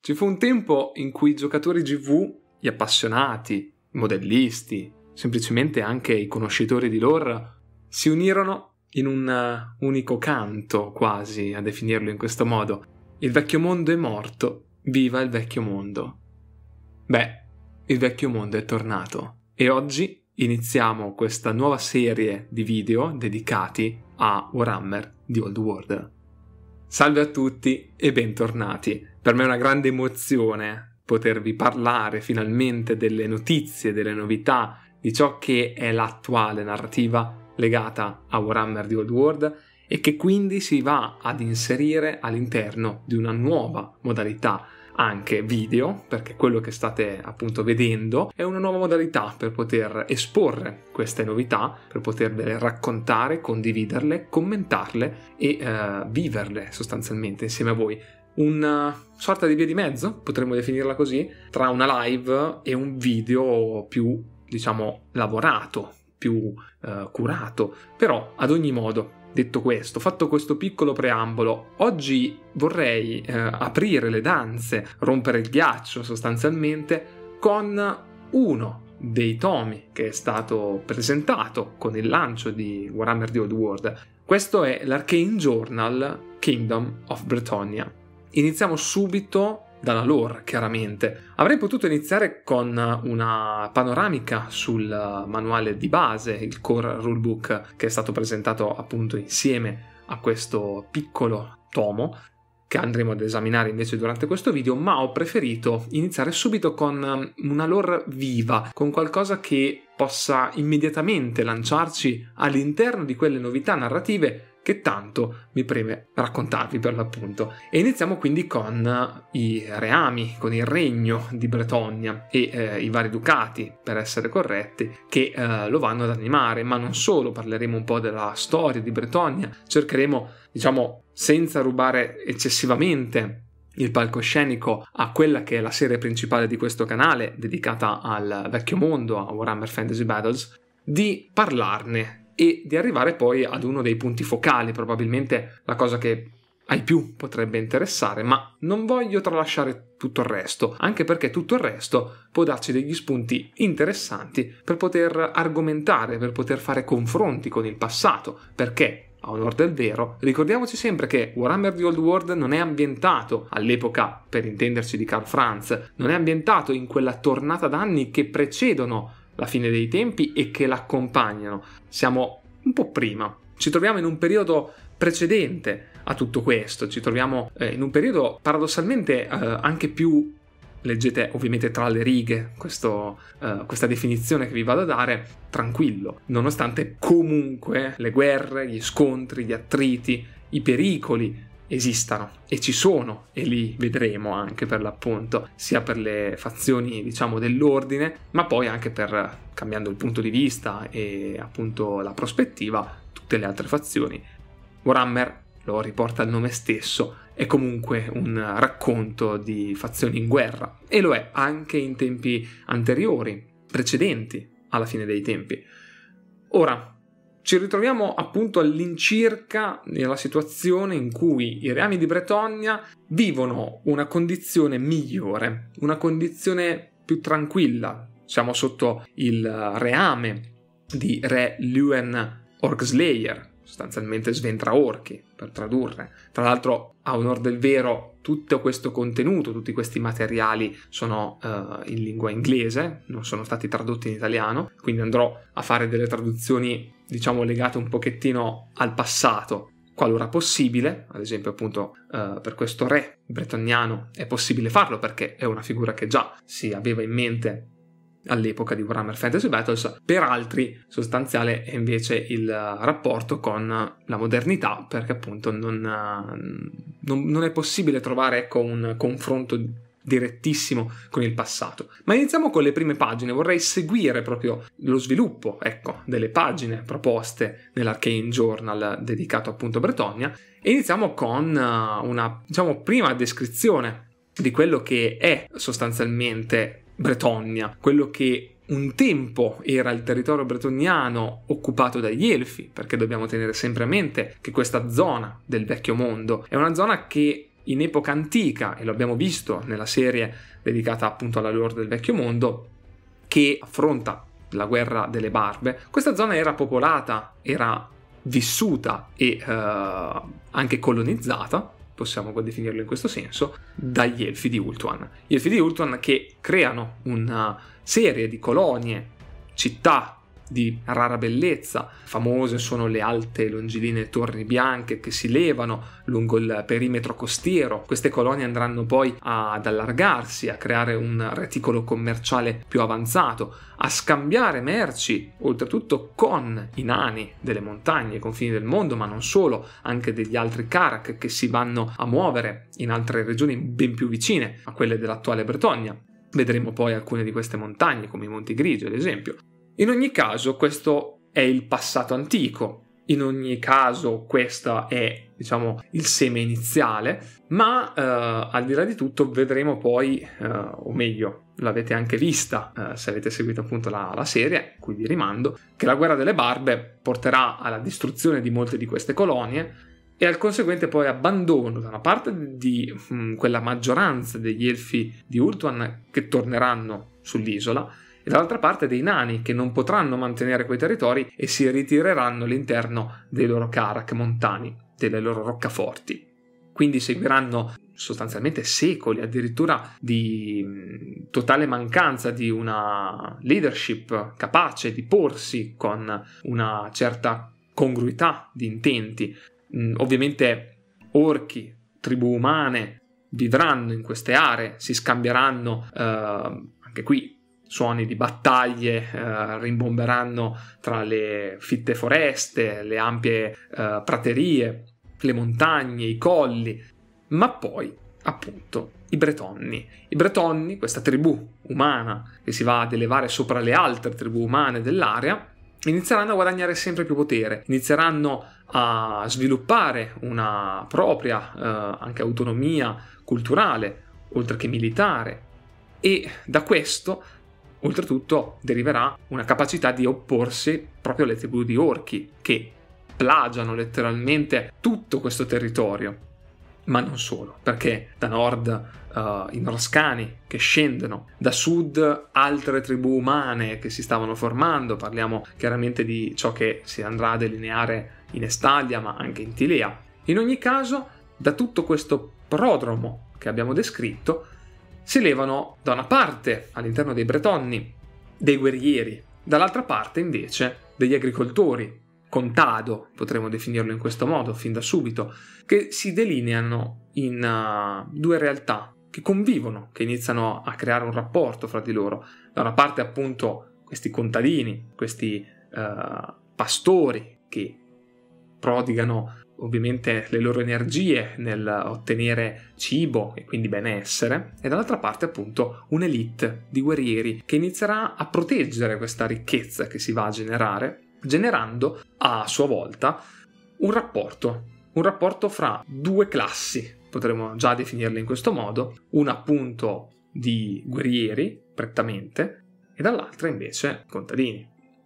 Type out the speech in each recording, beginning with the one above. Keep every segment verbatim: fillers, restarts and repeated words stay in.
Ci fu un tempo in cui i giocatori G V, gli appassionati, i modellisti, semplicemente anche i conoscitori di lore, si unirono in un unico canto, quasi, a definirlo in questo modo. Il vecchio mondo è morto, viva il vecchio mondo. Beh, il vecchio mondo è tornato e oggi iniziamo questa nuova serie di video dedicati a Warhammer The Old World. Salve a tutti e bentornati. Per me è una grande emozione potervi parlare finalmente delle notizie, delle novità, di ciò che è l'attuale narrativa legata a Warhammer The Old World e che quindi si va ad inserire all'interno di una nuova modalità anche video, perché quello che state appunto vedendo è una nuova modalità per poter esporre queste novità, per potervele raccontare, condividerle, commentarle e eh, viverle sostanzialmente insieme a voi. Una sorta di via di mezzo, potremmo definirla così, tra una live e un video più, diciamo, lavorato, più eh, curato. Però, ad ogni modo, detto questo, fatto questo piccolo preambolo, oggi vorrei eh, aprire le danze, rompere il ghiaccio sostanzialmente con uno dei tomi che è stato presentato con il lancio di Warhammer The Old World. Questo è l'Arcane Journal Kingdom of Bretonnia. Iniziamo subito dalla lore, chiaramente. Avrei potuto iniziare con una panoramica sul manuale di base, il core rulebook, che è stato presentato appunto insieme a questo piccolo tomo, che andremo ad esaminare invece durante questo video, ma ho preferito iniziare subito con una lore viva, con qualcosa che possa immediatamente lanciarci all'interno di quelle novità narrative che tanto mi preme raccontarvi per l'appunto. E iniziamo quindi con i reami, con il regno di Bretonnia e eh, i vari ducati, per essere corretti, che eh, lo vanno ad animare, ma non solo. Parleremo un po' della storia di Bretonnia, cercheremo, diciamo, senza rubare eccessivamente il palcoscenico a quella che è la serie principale di questo canale, dedicata al vecchio mondo, a Warhammer Fantasy Battles, di parlarne e di arrivare poi ad uno dei punti focali, probabilmente la cosa che ai più potrebbe interessare, ma non voglio tralasciare tutto il resto, anche perché tutto il resto può darci degli spunti interessanti per poter argomentare, per poter fare confronti con il passato, perché, a onor del vero, ricordiamoci sempre che Warhammer The Old World non è ambientato all'epoca, per intenderci, di Karl Franz, non è ambientato in quella tornata d'anni che precedono la fine dei tempi e che l'accompagnano. Siamo un po' prima. Ci troviamo in un periodo precedente a tutto questo. Ci troviamo eh, in un periodo paradossalmente eh, anche più, leggete ovviamente tra le righe questo, eh, questa definizione che vi vado a dare, tranquillo, nonostante comunque le guerre, gli scontri, gli attriti, i pericoli esistano e ci sono, e li vedremo anche per l'appunto, sia per le fazioni, diciamo, dell'ordine, ma poi anche per, cambiando il punto di vista e appunto la prospettiva, tutte le altre fazioni. Warhammer, lo riporta il nome stesso, è comunque un racconto di fazioni in guerra, e lo è anche in tempi anteriori, precedenti alla fine dei tempi. Ora ci ritroviamo appunto all'incirca nella situazione in cui i reami di Bretonnia vivono una condizione migliore, una condizione più tranquilla. Siamo sotto il reame di re Luen Orcslayer, sostanzialmente sventra orchi, per tradurre. Tra l'altro, a onor del vero, tutto questo contenuto, tutti questi materiali sono uh, in lingua inglese, non sono stati tradotti in italiano, quindi andrò a fare delle traduzioni, diciamo, legate un pochettino al passato, qualora possibile. Ad esempio, appunto, uh, per questo re bretoniano è possibile farlo perché è una figura che già si aveva in mente all'epoca di Warhammer Fantasy Battles. Per altri sostanziale è invece il rapporto con la modernità, perché appunto non, non, non è possibile trovare, ecco, un confronto direttissimo con il passato. Ma iniziamo con le prime pagine. Vorrei seguire proprio lo sviluppo, ecco, delle pagine proposte nell'Arcane Journal dedicato appunto a Bretonnia, e iniziamo con una, diciamo, prima descrizione di quello che è sostanzialmente Bretonnia, quello che un tempo era il territorio bretoniano occupato dagli Elfi, perché dobbiamo tenere sempre a mente che questa zona del vecchio mondo è una zona che in epoca antica, e lo abbiamo visto nella serie dedicata appunto alla lore del vecchio mondo, che affronta la guerra delle barbe, questa zona era popolata, era vissuta e eh, anche colonizzata, possiamo definirlo in questo senso, dagli Elfi di Ulthuan. Gli Elfi di Ulthuan che creano una serie di colonie, città di rara bellezza. Famose sono le alte e longilinee torri bianche che si levano lungo il perimetro costiero. Queste colonie andranno poi ad allargarsi, a creare un reticolo commerciale più avanzato, a scambiare merci, oltretutto con i nani delle montagne, i confini del mondo, ma non solo, anche degli altri Karak che si vanno a muovere in altre regioni ben più vicine a quelle dell'attuale Bretonnia. Vedremo poi alcune di queste montagne, come i Monti Grigi ad esempio. In ogni caso, questo è il passato antico, in ogni caso questo è, diciamo, il seme iniziale, ma eh, al di là di tutto vedremo poi, eh, o meglio, l'avete anche vista eh, se avete seguito appunto la, la serie, a cui vi rimando, che la guerra delle barbe porterà alla distruzione di molte di queste colonie e al conseguente poi abbandono da una parte di mh, quella maggioranza degli Elfi di Ulthuan che torneranno sull'isola, e dall'altra parte dei nani che non potranno mantenere quei territori e si ritireranno all'interno dei loro Karak montani, delle loro roccaforti. Quindi seguiranno sostanzialmente secoli, addirittura di totale mancanza di una leadership capace di porsi con una certa congruità di intenti. Ovviamente orchi, tribù umane vivranno in queste aree, si scambieranno eh, anche qui suoni di battaglie, eh, rimbomberanno tra le fitte foreste, le ampie eh, praterie, le montagne, i colli, ma poi appunto i Bretonni. I Bretonni, questa tribù umana che si va ad elevare sopra le altre tribù umane dell'area, inizieranno a guadagnare sempre più potere, inizieranno a sviluppare una propria eh, anche autonomia culturale, oltre che militare, e da questo oltretutto deriverà una capacità di opporsi proprio alle tribù di orchi che plagiano letteralmente tutto questo territorio, ma non solo, perché da nord uh, i Norscani che scendono, da sud altre tribù umane che si stavano formando, parliamo chiaramente di ciò che si andrà a delineare in Estalia ma anche in Tilea. In ogni caso, da tutto questo prodromo che abbiamo descritto si levano da una parte all'interno dei Bretonni dei guerrieri, dall'altra parte invece degli agricoltori, contado, potremmo definirlo in questo modo fin da subito, che si delineano in uh, due realtà che convivono, che iniziano a creare un rapporto fra di loro. Da una parte appunto questi contadini, questi uh, pastori che prodigano ovviamente le loro energie nel ottenere cibo e quindi benessere, e dall'altra parte appunto un'elite di guerrieri che inizierà a proteggere questa ricchezza che si va a generare, generando a sua volta un rapporto, un rapporto fra due classi, potremmo già definirle in questo modo, una appunto di guerrieri prettamente e dall'altra invece contadini.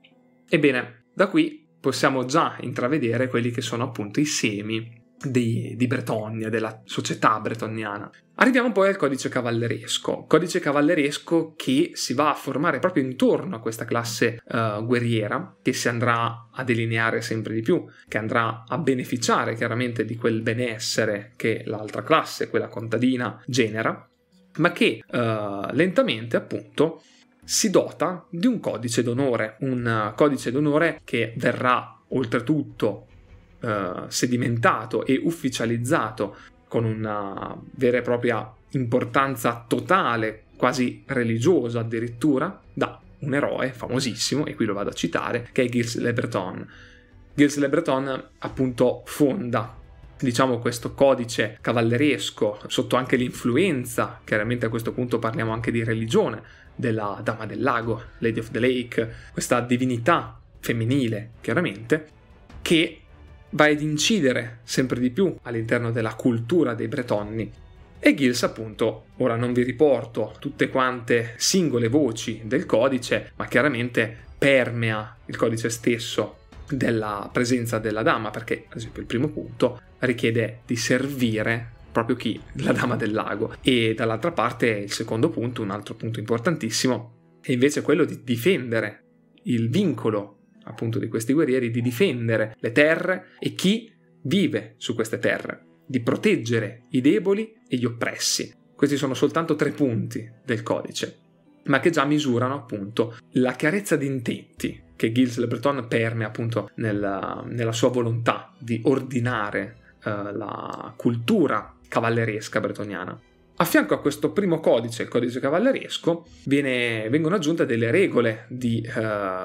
Ebbene, da qui possiamo già intravedere quelli che sono appunto i semi di, di Bretonnia, della società bretoniana. Arriviamo poi al codice cavalleresco, codice cavalleresco che si va a formare proprio intorno a questa classe uh, guerriera, che si andrà a delineare sempre di più, che andrà a beneficiare chiaramente di quel benessere che l'altra classe, quella contadina, genera, ma che uh, lentamente appunto si dota di un codice d'onore, un codice d'onore che verrà oltretutto eh, sedimentato e ufficializzato con una vera e propria importanza totale, quasi religiosa addirittura, da un eroe famosissimo, e qui lo vado a citare, che è Gilles Le Breton. Gilles Le Breton appunto fonda, diciamo, questo codice cavalleresco sotto anche l'influenza, chiaramente a questo punto parliamo anche di religione, della Dama del Lago, Lady of the Lake, questa divinità femminile, chiaramente, che va ad incidere sempre di più all'interno della cultura dei Bretonni. E Gilles, appunto, ora non vi riporto tutte quante singole voci del codice, ma chiaramente permea il codice stesso della presenza della dama, perché, ad esempio, il primo punto richiede di servire proprio chi? La Dama del Lago. E dall'altra parte il secondo punto, un altro punto importantissimo, è invece quello di difendere il vincolo appunto di questi guerrieri, di difendere le terre e chi vive su queste terre, di proteggere i deboli e gli oppressi. Questi sono soltanto tre punti del codice, ma che già misurano appunto la chiarezza di intenti che Gilles Le Breton permea appunto nella, nella sua volontà di ordinare eh, la cultura cavalleresca bretoniana. A fianco a questo primo codice, il codice cavalleresco, viene, vengono aggiunte delle regole di eh,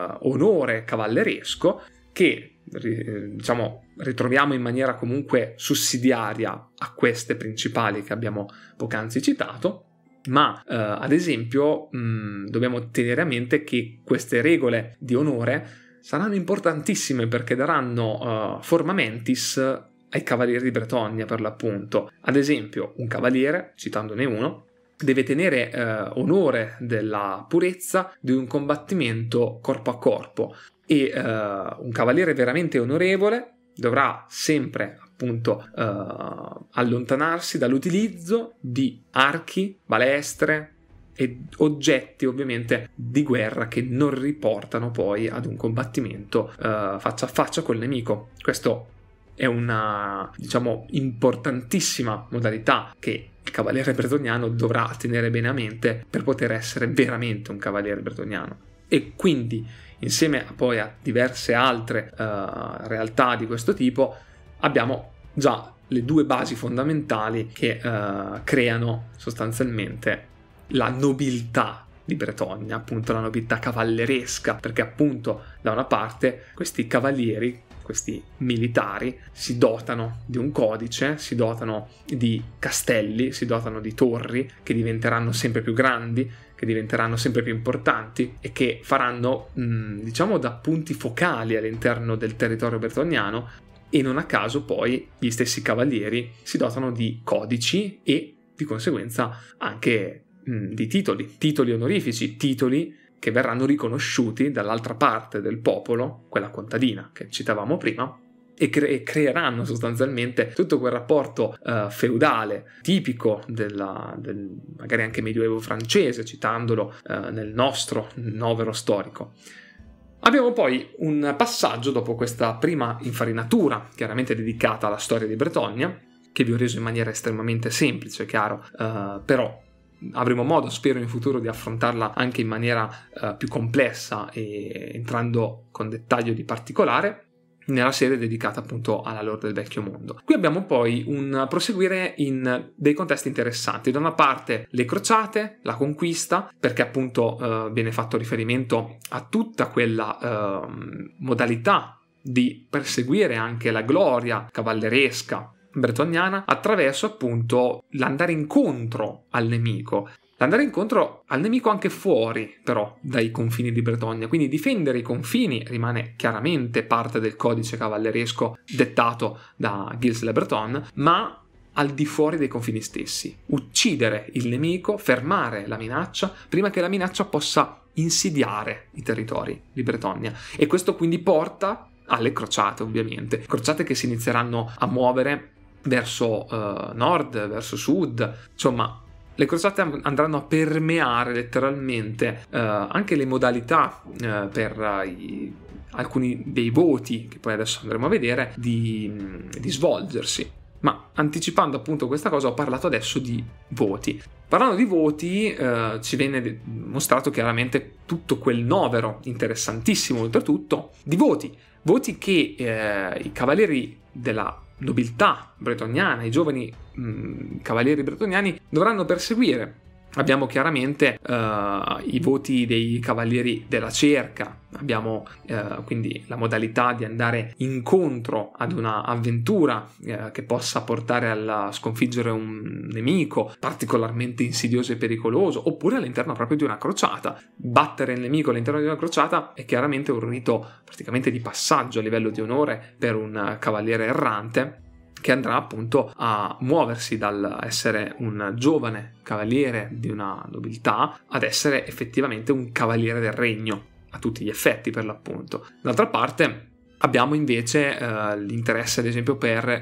onore cavalleresco che diciamo ritroviamo in maniera comunque sussidiaria a queste principali che abbiamo poc'anzi citato, ma eh, ad esempio mh, dobbiamo tenere a mente che queste regole di onore saranno importantissime perché daranno uh, forma mentis ai cavalieri di Bretogna, per l'appunto. Ad esempio, un cavaliere, citandone uno, deve tenere eh, onore della purezza di un combattimento corpo a corpo e eh, un cavaliere veramente onorevole dovrà sempre appunto eh, allontanarsi dall'utilizzo di archi, balestre e oggetti ovviamente di guerra che non riportano poi ad un combattimento eh, faccia a faccia col nemico. Questo è una, diciamo, importantissima modalità che il cavaliere bretoniano dovrà tenere bene a mente per poter essere veramente un cavaliere bretoniano. E quindi, insieme a poi a diverse altre uh, realtà di questo tipo, abbiamo già le due basi fondamentali che uh, creano sostanzialmente la nobiltà di Bretogna, appunto la nobiltà cavalleresca, perché appunto da una parte questi cavalieri, questi militari si dotano di un codice, si dotano di castelli, si dotano di torri che diventeranno sempre più grandi, che diventeranno sempre più importanti e che faranno, mh, diciamo, da punti focali all'interno del territorio bretoniano, e non a caso poi gli stessi cavalieri si dotano di codici e di conseguenza anche mh, di titoli, titoli onorifici, titoli che verranno riconosciuti dall'altra parte del popolo, quella contadina che citavamo prima, e cre- creeranno sostanzialmente tutto quel rapporto uh, feudale tipico della, del magari anche medioevo francese, citandolo uh, nel nostro novero storico. Abbiamo poi un passaggio dopo questa prima infarinatura, chiaramente dedicata alla storia di Bretogna, che vi ho reso in maniera estremamente semplice, chiaro, uh, però avremo modo, spero in futuro, di affrontarla anche in maniera uh, più complessa e entrando con dettaglio di particolare nella serie dedicata appunto alla lore del vecchio mondo. Qui abbiamo poi un proseguire in dei contesti interessanti. Da una parte le crociate, la conquista, perché appunto uh, viene fatto riferimento a tutta quella uh, modalità di perseguire anche la gloria cavalleresca bretoniana attraverso appunto l'andare incontro al nemico, l'andare incontro al nemico anche fuori però dai confini di Bretogna, quindi difendere i confini rimane chiaramente parte del codice cavalleresco dettato da Gilles Le Breton, ma al di fuori dei confini stessi, uccidere il nemico, fermare la minaccia prima che la minaccia possa insidiare i territori di Bretogna, e questo quindi porta alle crociate, ovviamente, crociate che si inizieranno a muovere verso uh, nord, verso sud, insomma le crociate andranno a permeare letteralmente uh, anche le modalità uh, per uh, i, alcuni dei voti che poi adesso andremo a vedere di, di svolgersi. Ma anticipando appunto questa cosa, ho parlato adesso di voti. Parlando di voti uh, ci viene mostrato chiaramente tutto quel novero interessantissimo oltretutto di voti, voti che uh, i cavalieri della nobiltà bretoniana, i giovani mh, cavalieri bretoniani dovranno perseguire. Abbiamo chiaramente uh, i voti dei cavalieri della cerca, abbiamo uh, quindi la modalità di andare incontro ad una avventura uh, che possa portare a sconfiggere un nemico particolarmente insidioso e pericoloso, oppure all'interno proprio di una crociata. Battere il nemico all'interno di una crociata è chiaramente un rito praticamente di passaggio a livello di onore per un cavaliere errante, che andrà appunto a muoversi dal essere un giovane cavaliere di una nobiltà ad essere effettivamente un cavaliere del regno, a tutti gli effetti per l'appunto. D'altra parte abbiamo invece eh, l'interesse ad esempio per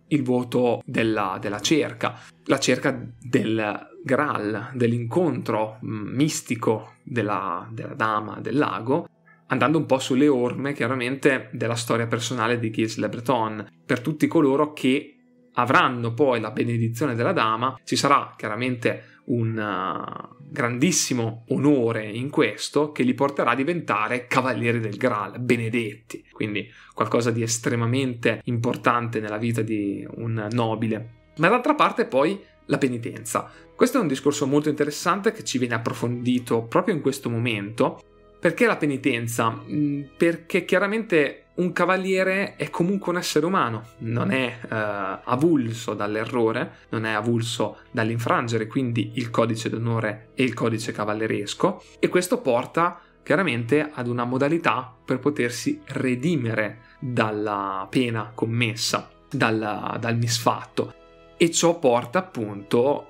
il voto della, della cerca, la cerca del Graal, dell'incontro mistico della, della dama del lago, andando un po' sulle orme chiaramente della storia personale di Gilles Le Breton. Per tutti coloro che avranno poi la benedizione della dama ci sarà chiaramente un uh, grandissimo onore in questo, che li porterà a diventare cavalieri del Graal, benedetti, quindi qualcosa di estremamente importante nella vita di un nobile. Ma d'altra parte poi la penitenza. Questo è un discorso molto interessante che ci viene approfondito proprio in questo momento. Perché la penitenza? Perché chiaramente un cavaliere è comunque un essere umano, non è eh, avulso dall'errore, non è avulso dall'infrangere quindi il codice d'onore e il codice cavalleresco, e questo porta chiaramente ad una modalità per potersi redimere dalla pena commessa, dal, dal misfatto, e ciò porta appunto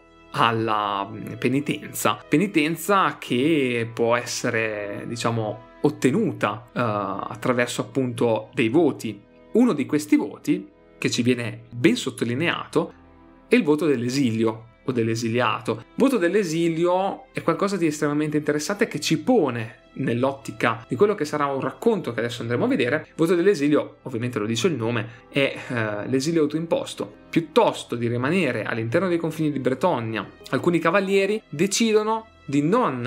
alla penitenza, penitenza che può essere, diciamo, ottenuta uh, attraverso appunto dei voti. Uno di questi voti, che ci viene ben sottolineato, è il voto dell'esilio o dell'esiliato. Il voto dell'esilio è qualcosa di estremamente interessante che ci pone nell'ottica di quello che sarà un racconto che adesso andremo a vedere. Il voto dell'esilio, ovviamente lo dice il nome, è eh, l'esilio autoimposto. Piuttosto di rimanere all'interno dei confini di Bretogna, alcuni cavalieri decidono di non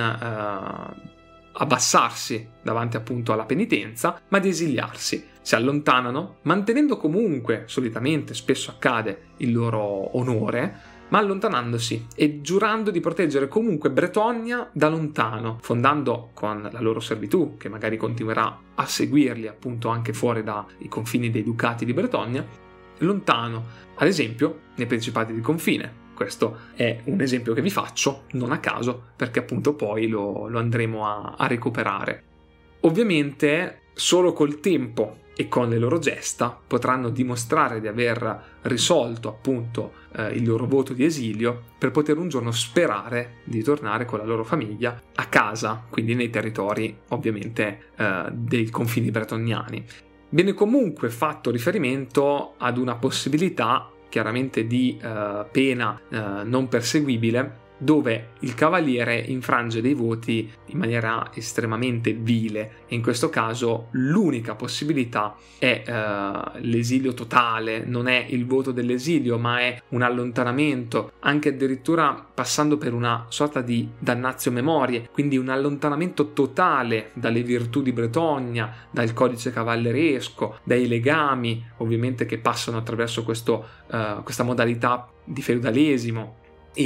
eh, abbassarsi davanti appunto alla penitenza, ma di esiliarsi. Si allontanano, mantenendo comunque, solitamente, spesso accade, il loro onore, ma allontanandosi e giurando di proteggere comunque Bretogna da lontano, fondando con la loro servitù, che magari continuerà a seguirli appunto anche fuori dai confini dei ducati di Bretogna, lontano, ad esempio, nei principati di confine. Questo è un esempio che vi faccio, non a caso, perché appunto poi lo, lo andremo a, a recuperare. Ovviamente, solo col tempo e con le loro gesta potranno dimostrare di aver risolto appunto eh, il loro voto di esilio, per poter un giorno sperare di tornare con la loro famiglia a casa, quindi nei territori ovviamente eh, dei confini bretoniani. Viene comunque fatto riferimento ad una possibilità chiaramente di eh, pena eh, non perseguibile, dove il cavaliere infrange dei voti in maniera estremamente vile, e in questo caso l'unica possibilità è eh, l'esilio totale. Non è il voto dell'esilio, ma è un allontanamento, anche addirittura passando per una sorta di damnatio memorie, quindi un allontanamento totale dalle virtù di Bretogna, dal codice cavalleresco, dai legami ovviamente che passano attraverso questo, eh, questa modalità di feudalesimo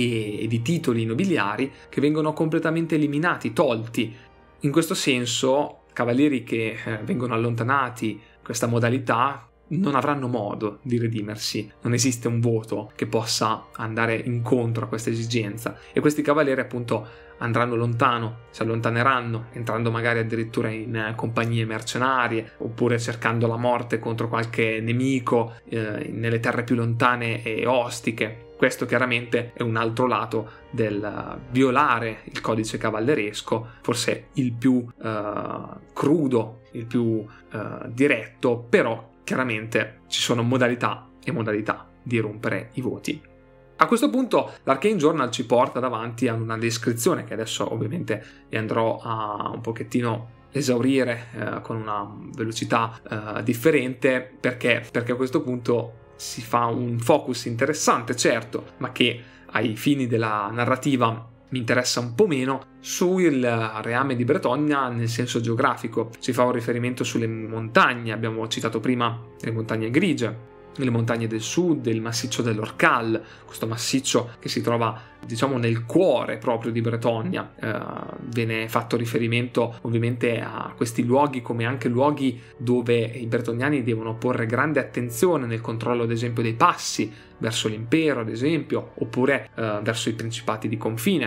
e di titoli nobiliari, che vengono completamente eliminati, tolti. In questo senso, cavalieri che eh, vengono allontanati in questa modalità non avranno modo di redimersi. Non esiste un voto che possa andare incontro a questa esigenza, e questi cavalieri appunto andranno lontano, si allontaneranno, entrando magari addirittura in compagnie mercenarie, oppure cercando la morte contro qualche nemico eh, nelle terre più lontane e ostiche. Questo chiaramente è un altro lato del violare il codice cavalleresco, forse il più eh, crudo, il più eh, diretto, però chiaramente ci sono modalità e modalità di rompere i voti. A questo punto l'Arcane Journal ci porta davanti a una descrizione che adesso ovviamente vi andrò a un pochettino esaurire eh, con una velocità eh, differente, perché, perché a questo punto si fa un focus interessante, certo, ma che ai fini della narrativa mi interessa un po' meno, sul reame di Bretogna nel senso geografico. Si fa un riferimento sulle montagne, abbiamo citato prima le montagne grigie, le montagne del sud, il massiccio dell'Orcal, questo massiccio che si trova, diciamo, nel cuore proprio di Bretogna. Eh, viene fatto riferimento ovviamente a questi luoghi come anche luoghi dove i bretoniani devono porre grande attenzione nel controllo, ad esempio, dei passi verso l'impero, ad esempio, oppure eh, verso i principati di confine.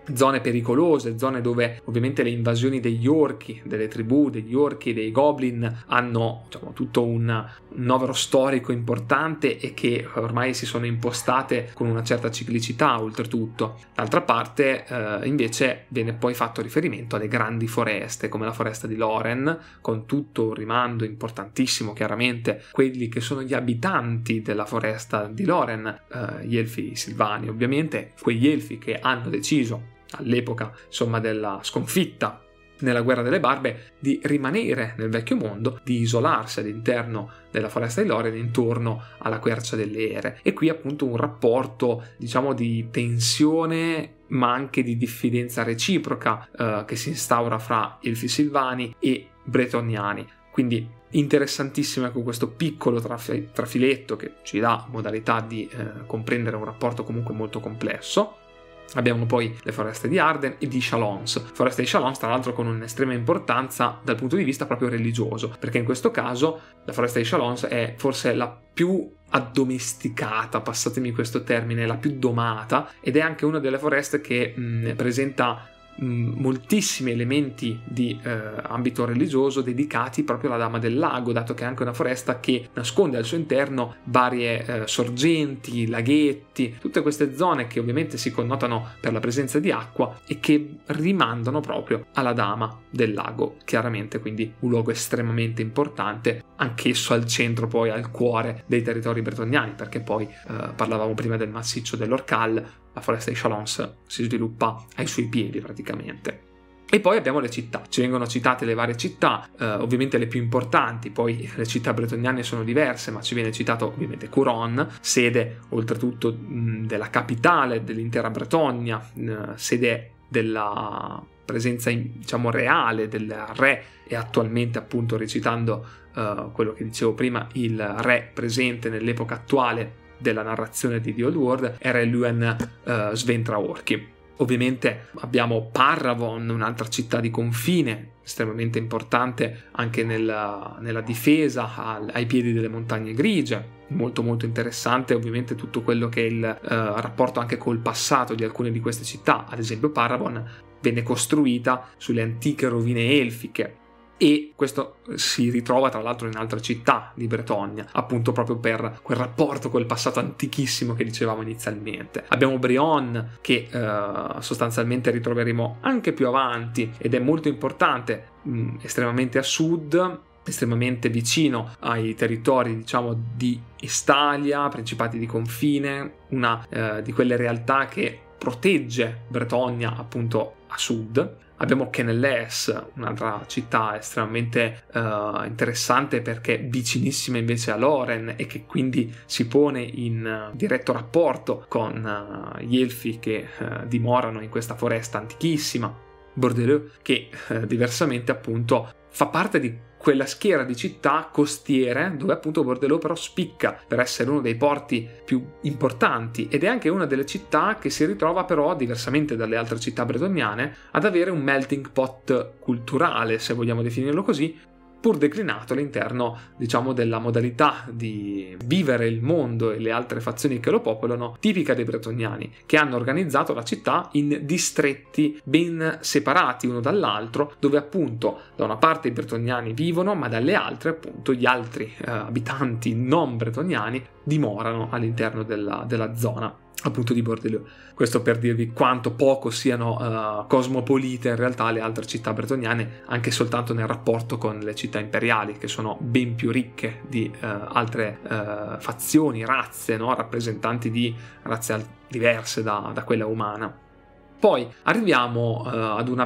zone pericolose, zone dove ovviamente le invasioni degli orchi, delle tribù, degli orchi e dei goblin hanno, diciamo, tutto un, un novero storico importante e che ormai si sono impostate con una certa ciclicità oltretutto. D'altra parte eh, invece viene poi fatto riferimento alle grandi foreste come la foresta di Lorien, con tutto un rimando importantissimo chiaramente quelli che sono gli abitanti della foresta di Lorien, eh, gli elfi silvani ovviamente, quegli elfi che hanno deciso all'epoca insomma della sconfitta nella guerra delle barbe di rimanere nel vecchio mondo, di isolarsi all'interno della foresta di Lorien intorno alla quercia delle Ere, e qui appunto un rapporto diciamo di tensione ma anche di diffidenza reciproca eh, che si instaura fra elfi silvani e bretoniani. Quindi interessantissimo ecco questo piccolo traf- trafiletto che ci dà modalità di eh, comprendere un rapporto comunque molto complesso. Abbiamo poi le foreste di Arden e di Chalons, foreste di Chalons tra l'altro con un'estrema importanza dal punto di vista proprio religioso, perché in questo caso la foresta di Chalons è forse la più addomesticata, passatemi questo termine, la più domata, ed è anche una delle foreste che mh, presenta moltissimi elementi di eh, ambito religioso dedicati proprio alla Dama del Lago, dato che è anche una foresta che nasconde al suo interno varie eh, sorgenti, laghetti, tutte queste zone che ovviamente si connotano per la presenza di acqua e che rimandano proprio alla Dama del Lago, chiaramente, quindi un luogo estremamente importante, anch'esso al centro, poi al cuore dei territori bretoniani, perché poi eh, parlavamo prima del massiccio dell'Orcal, la foresta di Chalons si sviluppa ai suoi piedi praticamente. E poi abbiamo le città, ci vengono citate le varie città, eh, ovviamente le più importanti, poi le città bretoniane sono diverse, ma ci viene citato ovviamente Couronne, sede oltretutto mh, della capitale dell'intera Bretogna, eh, sede della presenza diciamo reale del re e attualmente appunto recitando uh, quello che dicevo prima, il re presente nell'epoca attuale della narrazione di The Old World era Eluen uh, Sventraorchi. Ovviamente abbiamo Parravon, un'altra città di confine estremamente importante anche nella, nella difesa al, ai piedi delle montagne grigie. Molto molto interessante ovviamente tutto quello che è il uh, rapporto anche col passato di alcune di queste città. Ad esempio Parravon venne costruita sulle antiche rovine elfiche e questo si ritrova tra l'altro in altre città di Bretogna, appunto proprio per quel rapporto col passato antichissimo che dicevamo inizialmente. Abbiamo Brionne che uh, sostanzialmente ritroveremo anche più avanti ed è molto importante, mh, estremamente a sud, estremamente vicino ai territori diciamo di Estalia, principati di confine, una uh, di quelle realtà che protegge Bretogna appunto a sud. Abbiamo Canelles, un'altra città estremamente uh, interessante perché vicinissima invece a Lorien e che quindi si pone in uh, diretto rapporto con uh, gli elfi che uh, dimorano in questa foresta antichissima. Bordeleux che uh, diversamente appunto fa parte di quella schiera di città costiere dove appunto Bordeleux però spicca per essere uno dei porti più importanti ed è anche una delle città che si ritrova però, diversamente dalle altre città bretoniane, ad avere un melting pot culturale, se vogliamo definirlo così, pur declinato all'interno, diciamo, della modalità di vivere il mondo e le altre fazioni che lo popolano, tipica dei bretoniani, che hanno organizzato la città in distretti ben separati uno dall'altro, dove appunto da una parte i bretoniani vivono, ma dalle altre appunto gli altri eh, abitanti non bretoniani dimorano all'interno della, della zona appunto di Bordeleux. Questo per dirvi quanto poco siano uh, cosmopolite in realtà le altre città bretoniane, anche soltanto nel rapporto con le città imperiali, che sono ben più ricche di uh, altre uh, fazioni, razze, no? Rappresentanti di razze al- diverse da, da quella umana. Poi arriviamo uh, ad una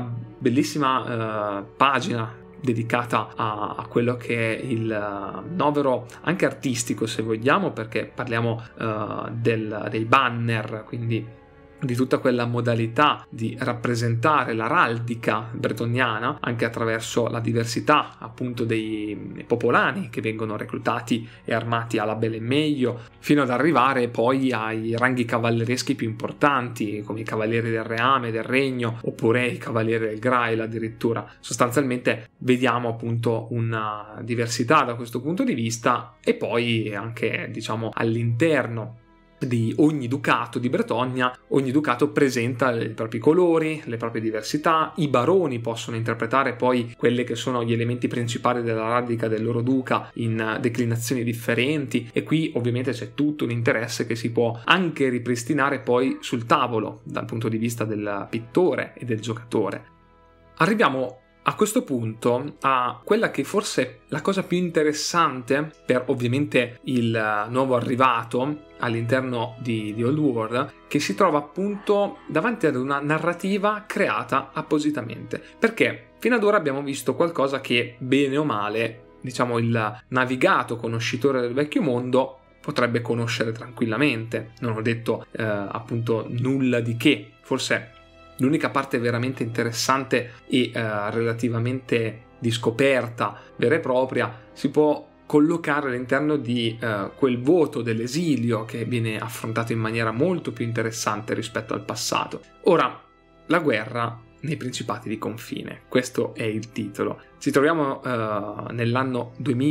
bellissima uh, pagina dedicata a, a quello che è il uh, novero anche artistico, se vogliamo, perché parliamo uh, del, dei banner, quindi di tutta quella modalità di rappresentare l'araldica bretoniana anche attraverso la diversità appunto dei popolani che vengono reclutati e armati alla belle e meglio, fino ad arrivare poi ai ranghi cavallereschi più importanti come i cavalieri del Reame, del Regno, oppure i cavalieri del Grail addirittura. Sostanzialmente vediamo appunto una diversità da questo punto di vista e poi anche diciamo all'interno di ogni ducato di Bretogna. Ogni ducato presenta i propri colori, le proprie diversità. I baroni possono interpretare poi quelli che sono gli elementi principali della radica del loro duca in declinazioni differenti, e qui ovviamente c'è tutto un interesse che si può anche ripristinare poi sul tavolo dal punto di vista del pittore e del giocatore. Arriviamo a questo punto a quella che forse è la cosa più interessante per ovviamente il nuovo arrivato all'interno di, di Old World, che si trova appunto davanti ad una narrativa creata appositamente, perché fino ad ora abbiamo visto qualcosa che bene o male, diciamo, il navigato conoscitore del vecchio mondo potrebbe conoscere tranquillamente. Non ho detto eh, appunto nulla di che, forse l'unica parte veramente interessante e eh, relativamente di scoperta vera e propria si può collocare all'interno di eh, quel vuoto dell'esilio che viene affrontato in maniera molto più interessante rispetto al passato. Ora, la guerra nei principati di confine, questo è il titolo. Ci troviamo eh, nell'anno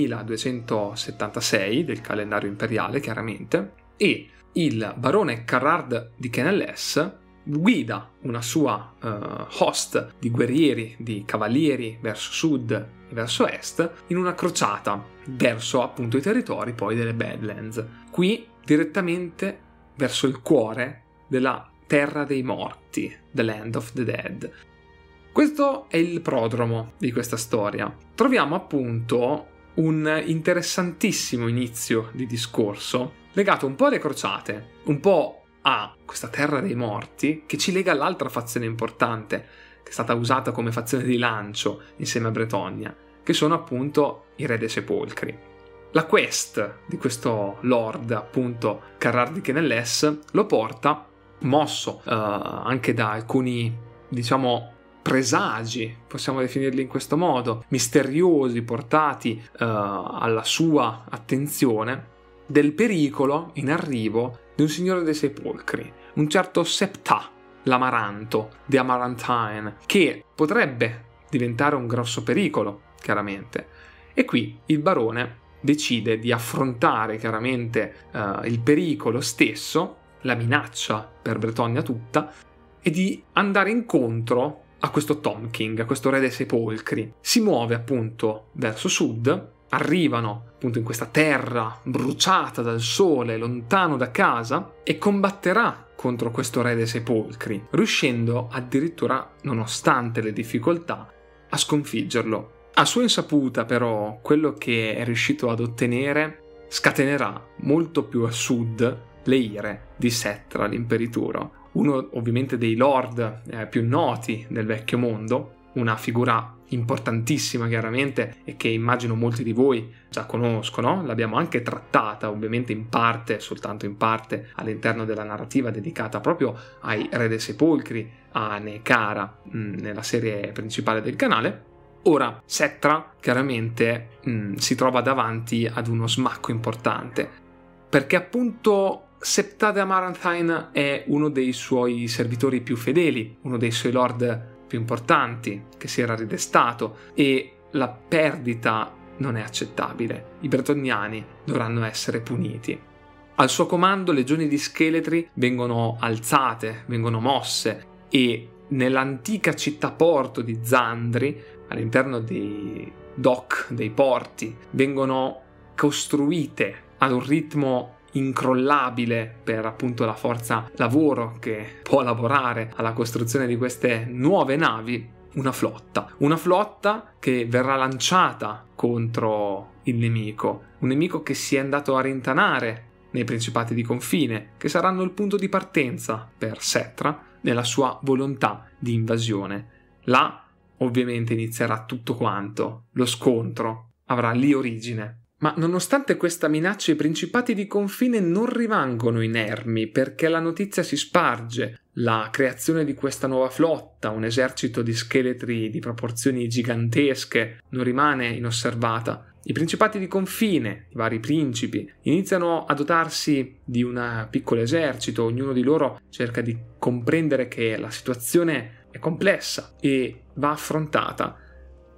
duemiladuecentosettantasei del calendario imperiale, chiaramente, e il barone Carrard di Kennel-S guida una sua uh, host di guerrieri, di cavalieri verso sud e verso est in una crociata verso appunto i territori poi delle Badlands, qui direttamente verso il cuore della terra dei morti, the land of the dead. Questo è il prodromo di questa storia. Troviamo appunto un interessantissimo inizio di discorso legato un po' alle crociate, un po' a questa terra dei morti, che ci lega all'altra fazione importante che è stata usata come fazione di lancio insieme a Bretogna, che sono appunto i Re dei Sepolcri. La quest di questo lord, appunto Carrard di Kennel-S, lo porta, mosso uh, anche da alcuni, diciamo, presagi, possiamo definirli in questo modo, misteriosi, portati uh, alla sua attenzione, del pericolo in arrivo di un signore dei sepolcri, un certo Septa l'Amaranto di Amarantine, che potrebbe diventare un grosso pericolo, chiaramente. E qui il barone decide di affrontare chiaramente uh, il pericolo stesso, la minaccia per Bretogna tutta, e di andare incontro a questo Tom King, a questo re dei sepolcri. Si muove appunto verso sud, arrivano appunto in questa terra bruciata dal sole, lontano da casa, e combatterà contro questo re dei sepolcri, riuscendo addirittura, nonostante le difficoltà, a sconfiggerlo. A sua insaputa, però, quello che è riuscito ad ottenere scatenerà molto più a sud le ire di Settra l'imperituro, uno ovviamente dei lord eh, più noti del vecchio mondo, una figura importantissima chiaramente e che immagino molti di voi già conoscono. L'abbiamo anche trattata ovviamente in parte, soltanto in parte, all'interno della narrativa dedicata proprio ai Re dei Sepolcri, a Neekara, mh, nella serie principale del canale. Ora Settra chiaramente mh, si trova davanti ad uno smacco importante, perché appunto Septa de Amarantine è uno dei suoi servitori più fedeli, uno dei suoi lord più importanti, che si era ridestato, e la perdita non è accettabile. I bretoniani dovranno essere puniti. Al suo comando legioni di scheletri vengono alzate, vengono mosse, e nell'antica città-porto di Zandri, all'interno dei dock, dei porti, vengono costruite ad un ritmo incrollabile per appunto la forza lavoro che può lavorare alla costruzione di queste nuove navi, una flotta, una flotta che verrà lanciata contro il nemico, un nemico che si è andato a rintanare nei principati di confine, che saranno il punto di partenza per Settra nella sua volontà di invasione. Là ovviamente inizierà tutto quanto, lo scontro avrà lì origine. Ma nonostante questa minaccia, i principati di confine non rimangono inermi, perché la notizia si sparge. La creazione di questa nuova flotta, un esercito di scheletri di proporzioni gigantesche, non rimane inosservata. I principati di confine, i vari principi, iniziano a dotarsi di un piccolo esercito, ognuno di loro cerca di comprendere che la situazione è complessa e va affrontata.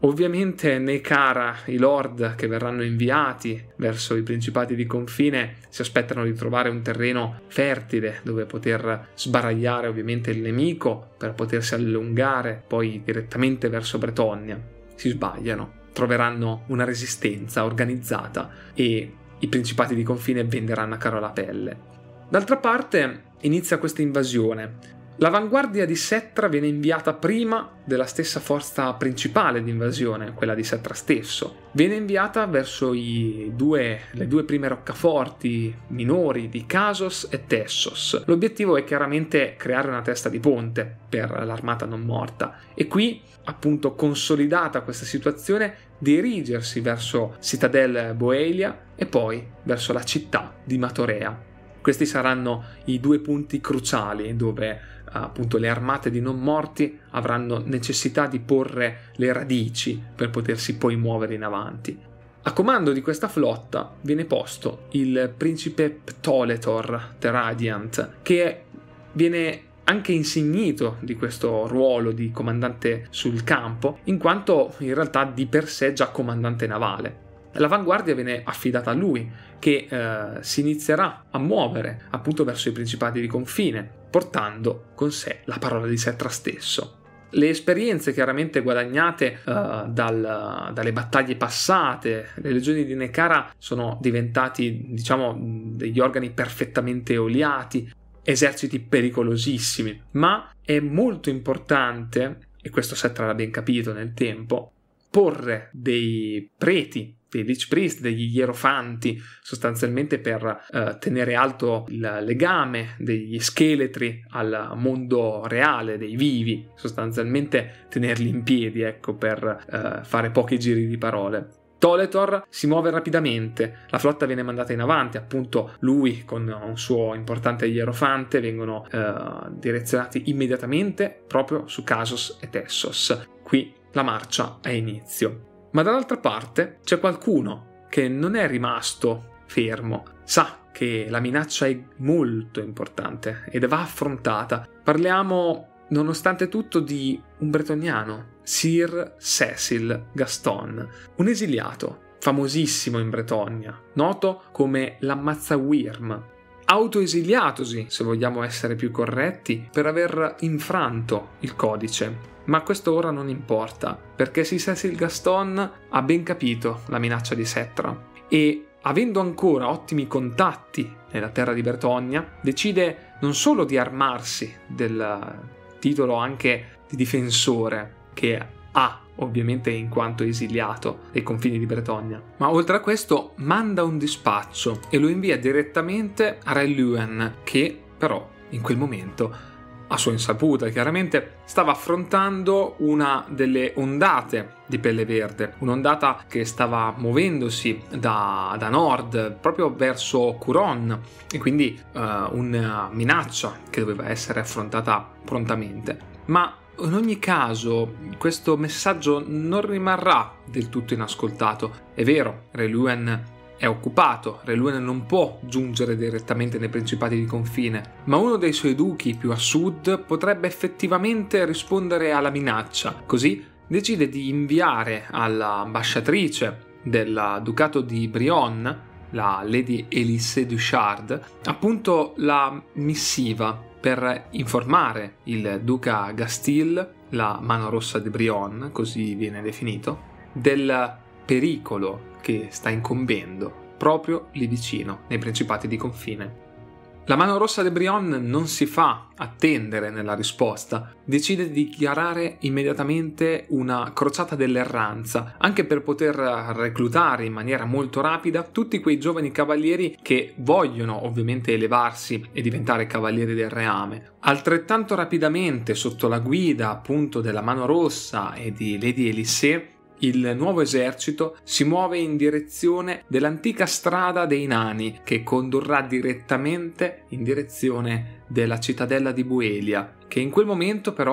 Ovviamente Necara, i lord che verranno inviati verso i principati di confine, si aspettano di trovare un terreno fertile dove poter sbaragliare ovviamente il nemico per potersi allungare poi direttamente verso Bretonnia. Si sbagliano, troveranno una resistenza organizzata e i principati di confine venderanno a caro la pelle. D'altra parte inizia questa invasione. L'avanguardia di Settra viene inviata prima della stessa forza principale di invasione, quella di Settra stesso. Viene inviata verso i due, le due prime roccaforti minori di Casos e Tessos. L'obiettivo è chiaramente creare una testa di ponte per l'armata non morta e qui, appunto, consolidata questa situazione, dirigersi verso Citadel Boelia e poi verso la città di Matorea. Questi saranno i due punti cruciali dove appunto le armate di non morti avranno necessità di porre le radici per potersi poi muovere in avanti. A comando di questa flotta viene posto il principe Ptoletor the Radiant, che viene anche insignito di questo ruolo di comandante sul campo, in quanto in realtà di per sé già comandante navale. L'avanguardia viene affidata a lui, che eh, si inizierà a muovere appunto verso i principati di confine, portando con sé la parola di Settra stesso. Le esperienze chiaramente guadagnate uh, dal, dalle battaglie passate, le legioni di Necara sono diventati, diciamo, degli organi perfettamente oliati, eserciti pericolosissimi, ma è molto importante, e questo Settra l'ha ben capito nel tempo, porre dei preti, dei Lich Priest, degli ierofanti, sostanzialmente per eh, tenere alto il legame degli scheletri al mondo reale, dei vivi, sostanzialmente tenerli in piedi, ecco, per eh, fare pochi giri di parole. Toletor si muove rapidamente, la flotta viene mandata in avanti, appunto lui con un suo importante ierofante vengono eh, direzionati immediatamente proprio su Casos e Tessos. Qui la marcia ha inizio. Ma dall'altra parte c'è qualcuno che non è rimasto fermo, sa che la minaccia è molto importante ed va affrontata. Parliamo, nonostante tutto, di un bretoniano, Sir Cecil Gaston, un esiliato famosissimo in Bretonnia, noto come l'Ammazzawyrm, autoesiliatosi, se vogliamo essere più corretti, per aver infranto il codice. Ma questo ora non importa, perché Sir Cecil Gaston ha ben capito la minaccia di Settra e, avendo ancora ottimi contatti nella terra di Bretonnia, decide non solo di armarsi del titolo anche di difensore che ha ovviamente in quanto esiliato ai confini di Bretonnia, ma oltre a questo manda un dispaccio e lo invia direttamente a Re Luwin, che però in quel momento, a sua insaputa chiaramente, stava affrontando una delle ondate di Pelle Verde, un'ondata che stava muovendosi da, da nord proprio verso Curon e quindi uh, una minaccia che doveva essere affrontata prontamente. Ma in ogni caso questo messaggio non rimarrà del tutto inascoltato. È vero, Re Luwin è occupato, Re Luwin non può giungere direttamente nei principati di confine, ma uno dei suoi duchi più a sud potrebbe effettivamente rispondere alla minaccia. Così decide di inviare all'ambasciatrice del ducato di Brionne, la Lady Elise Duchard, appunto la missiva per informare il duca Gastil, la mano rossa di Brionne, così viene definito, del pericolo che sta incombendo proprio lì vicino, nei principati di confine. La mano rossa di Brionne non si fa attendere nella risposta, decide di dichiarare immediatamente una crociata dell'erranza, anche per poter reclutare in maniera molto rapida tutti quei giovani cavalieri che vogliono ovviamente elevarsi e diventare cavalieri del reame. Altrettanto rapidamente, sotto la guida appunto della mano rossa e di Lady Elise, il nuovo esercito si muove in direzione dell'antica strada dei nani che condurrà direttamente in direzione della cittadella di Buelia, che in quel momento però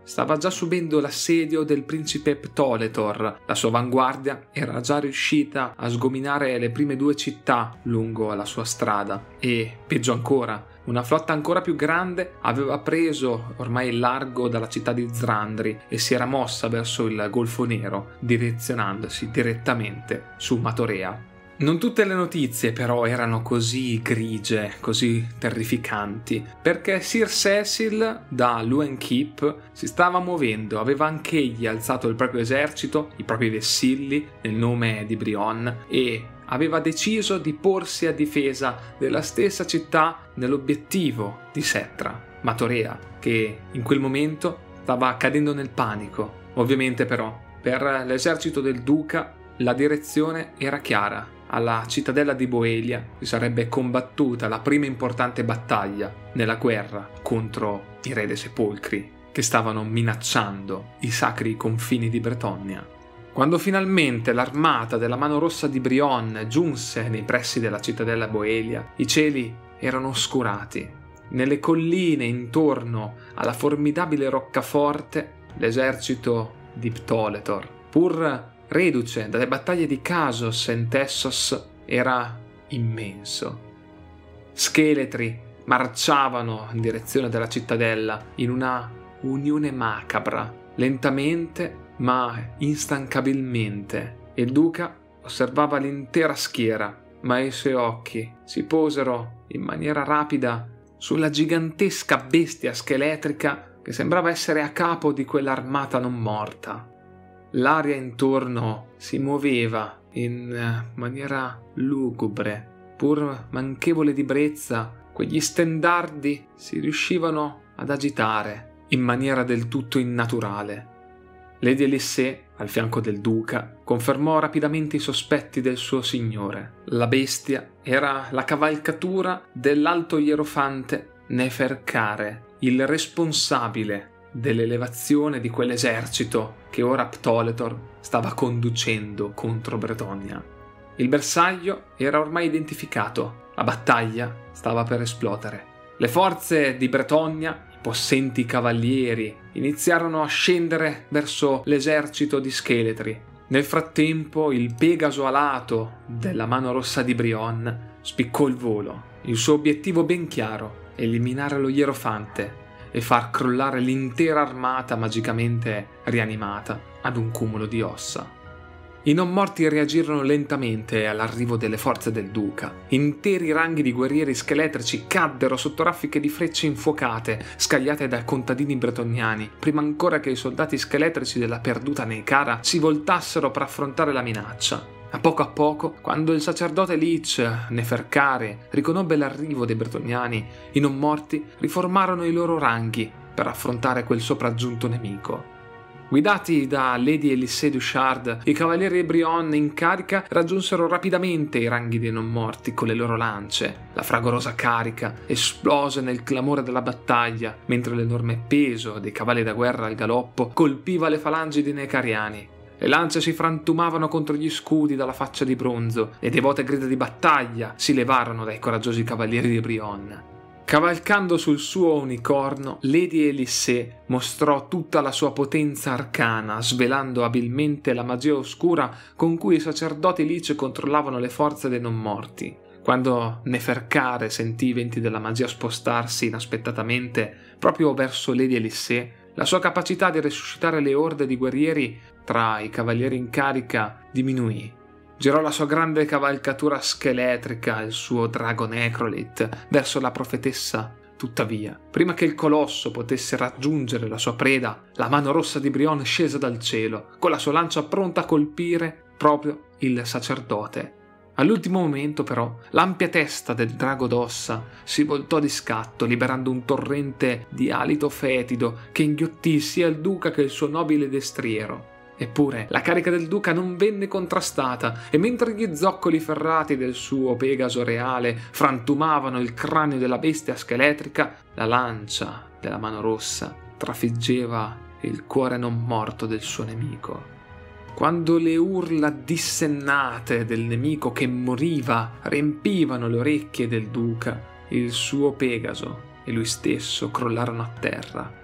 stava già subendo l'assedio del principe Ptoletor. La sua avanguardia era già riuscita a sgominare le prime due città lungo la sua strada e, peggio ancora, una flotta ancora più grande aveva preso ormai il largo dalla città di Zrandri e si era mossa verso il Golfo Nero, direzionandosi direttamente su Matorea. Non tutte le notizie però erano così grigie, così terrificanti, perché Sir Cecil da Luen Keep si stava muovendo, aveva anch'egli alzato il proprio esercito, i propri vessilli nel nome di Brion e aveva deciso di porsi a difesa della stessa città nell'obiettivo di Settra, Matorea, che in quel momento stava cadendo nel panico. Ovviamente però, per l'esercito del duca la direzione era chiara. Alla cittadella di Boelia si sarebbe combattuta la prima importante battaglia nella guerra contro i Re dei Sepolcri, che stavano minacciando i sacri confini di Bretonnia. Quando finalmente l'armata della Mano Rossa di Brion giunse nei pressi della cittadella Boelia, i cieli erano oscurati. Nelle colline intorno alla formidabile roccaforte, l'esercito di Ptoletor, pur reduce dalle battaglie di Casos e Tessos, era immenso. Scheletri marciavano in direzione della cittadella in una unione macabra, lentamente ma instancabilmente. Il duca osservava l'intera schiera, ma i suoi occhi si posero in maniera rapida sulla gigantesca bestia scheletrica che sembrava essere a capo di quell'armata non morta. L'aria intorno si muoveva in maniera lugubre, pur manchevole di brezza. Quegli stendardi si riuscivano ad agitare in maniera del tutto innaturale. Lady Elissée, al fianco del duca, confermò rapidamente i sospetti del suo signore. La bestia era la cavalcatura dell'alto ierofante Neferkare, il responsabile dell'elevazione di quell'esercito che ora Ptoletor stava conducendo contro Bretonnia. Il bersaglio era ormai identificato, la battaglia stava per esplodere. Le forze di Bretonnia, i possenti cavalieri, iniziarono a scendere verso l'esercito di scheletri. Nel frattempo il Pegaso alato della Mano Rossa di Brion spiccò il volo, il suo obiettivo ben chiaro: eliminare lo ierofante e far crollare l'intera armata magicamente rianimata ad un cumulo di ossa. I non morti reagirono lentamente all'arrivo delle forze del duca. Interi ranghi di guerrieri scheletrici caddero sotto raffiche di frecce infuocate, scagliate dai contadini bretoniani, prima ancora che i soldati scheletrici della perduta Neikara si voltassero per affrontare la minaccia. A poco a poco, quando il sacerdote Lich Neferkare riconobbe l'arrivo dei bretoniani, i non morti riformarono i loro ranghi per affrontare quel sopraggiunto nemico. Guidati da Lady Elissée Duchard, i cavalieri di Brion in carica raggiunsero rapidamente i ranghi dei non morti con le loro lance. La fragorosa carica esplose nel clamore della battaglia, mentre l'enorme peso dei cavalli da guerra al galoppo colpiva le falangi dei Neikariani. Le lance si frantumavano contro gli scudi dalla faccia di bronzo, le devote grida di battaglia si levarono dai coraggiosi cavalieri di Brion. Cavalcando sul suo unicorno, Lady Elissée mostrò tutta la sua potenza arcana, svelando abilmente la magia oscura con cui i sacerdoti Lich controllavano le forze dei non morti. Quando Neferkare sentì i venti della magia spostarsi inaspettatamente proprio verso Lady Elissée, la sua capacità di resuscitare le orde di guerrieri tra i cavalieri in carica diminuì. Girò la sua grande cavalcatura scheletrica, il suo drago Necrolith, verso la profetessa. Tuttavia, prima che il colosso potesse raggiungere la sua preda, la Mano Rossa di Brion scese dal cielo, con la sua lancia pronta a colpire proprio il sacerdote. All'ultimo momento, però, l'ampia testa del drago d'ossa si voltò di scatto, liberando un torrente di alito fetido che inghiottì sia il duca che il suo nobile destriero. Eppure la carica del duca non venne contrastata e mentre gli zoccoli ferrati del suo Pegaso reale frantumavano il cranio della bestia scheletrica, la lancia della Mano Rossa trafiggeva il cuore non morto del suo nemico. Quando le urla dissennate del nemico che moriva riempivano le orecchie del duca, il suo Pegaso e lui stesso crollarono a terra.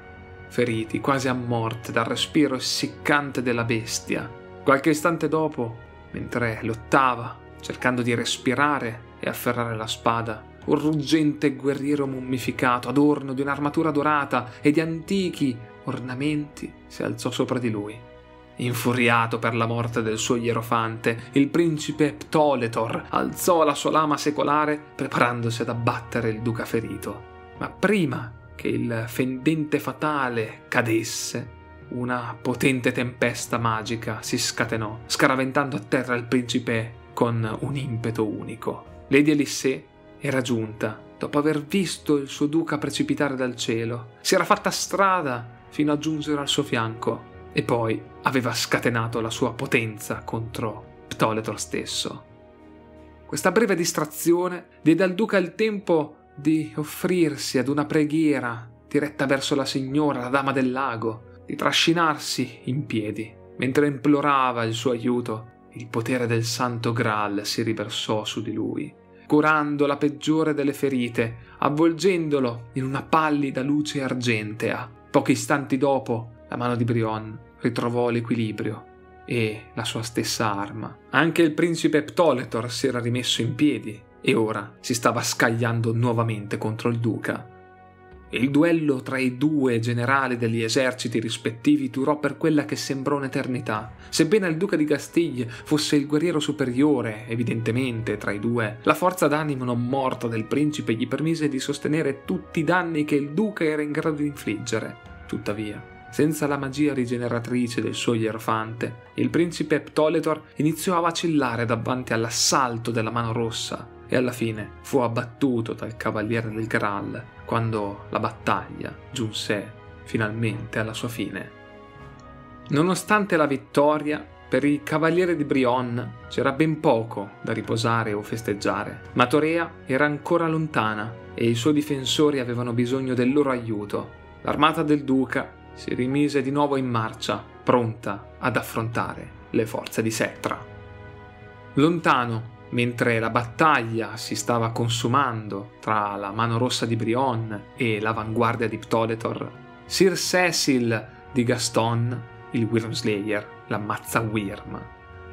feriti, quasi a morte dal respiro essiccante della bestia. Qualche istante dopo, mentre lottava, cercando di respirare e afferrare la spada, un ruggente guerriero mummificato, adorno di un'armatura dorata e di antichi ornamenti, si alzò sopra di lui. Infuriato per la morte del suo ierofante, il principe Ptoletor alzò la sua lama secolare preparandosi ad abbattere il duca ferito. Ma prima che il fendente fatale cadesse, una potente tempesta magica si scatenò, scaraventando a terra il principe con un impeto unico. Lady Elissée era giunta, dopo aver visto il suo duca precipitare dal cielo. Si era fatta strada fino a giungere al suo fianco e poi aveva scatenato la sua potenza contro Ptoletor stesso. Questa breve distrazione diede al duca il tempo di offrirsi ad una preghiera diretta verso la signora, la dama del lago, di trascinarsi in piedi. Mentre implorava il suo aiuto, il potere del Santo Graal si riversò su di lui, curando la peggiore delle ferite, avvolgendolo in una pallida luce argentea. Pochi istanti dopo, la mano di Brion ritrovò l'equilibrio e la sua stessa arma. Anche il principe Ptoletor si era rimesso in piedi e ora si stava scagliando nuovamente contro il duca. Il duello tra i due generali degli eserciti rispettivi durò per quella che sembrò un'eternità. Sebbene il duca di Castille fosse il guerriero superiore, evidentemente, tra i due, la forza d'animo non morta del principe gli permise di sostenere tutti i danni che il duca era in grado di infliggere. Tuttavia, senza la magia rigeneratrice del suo ierofante, il principe Ptoletor iniziò a vacillare davanti all'assalto della Mano Rossa e alla fine fu abbattuto dal Cavaliere del Graal quando la battaglia giunse finalmente alla sua fine. Nonostante la vittoria, per il Cavaliere di Brion c'era ben poco da riposare o festeggiare. Matorea era ancora lontana e i suoi difensori avevano bisogno del loro aiuto. L'armata del duca si rimise di nuovo in marcia, pronta ad affrontare le forze di Settra. Lontano, mentre la battaglia si stava consumando tra la Mano Rossa di Brion e l'avanguardia di Ptoletor, Sir Cecil di Gaston, il Wyrmslayer, l'ammazza Wyrm,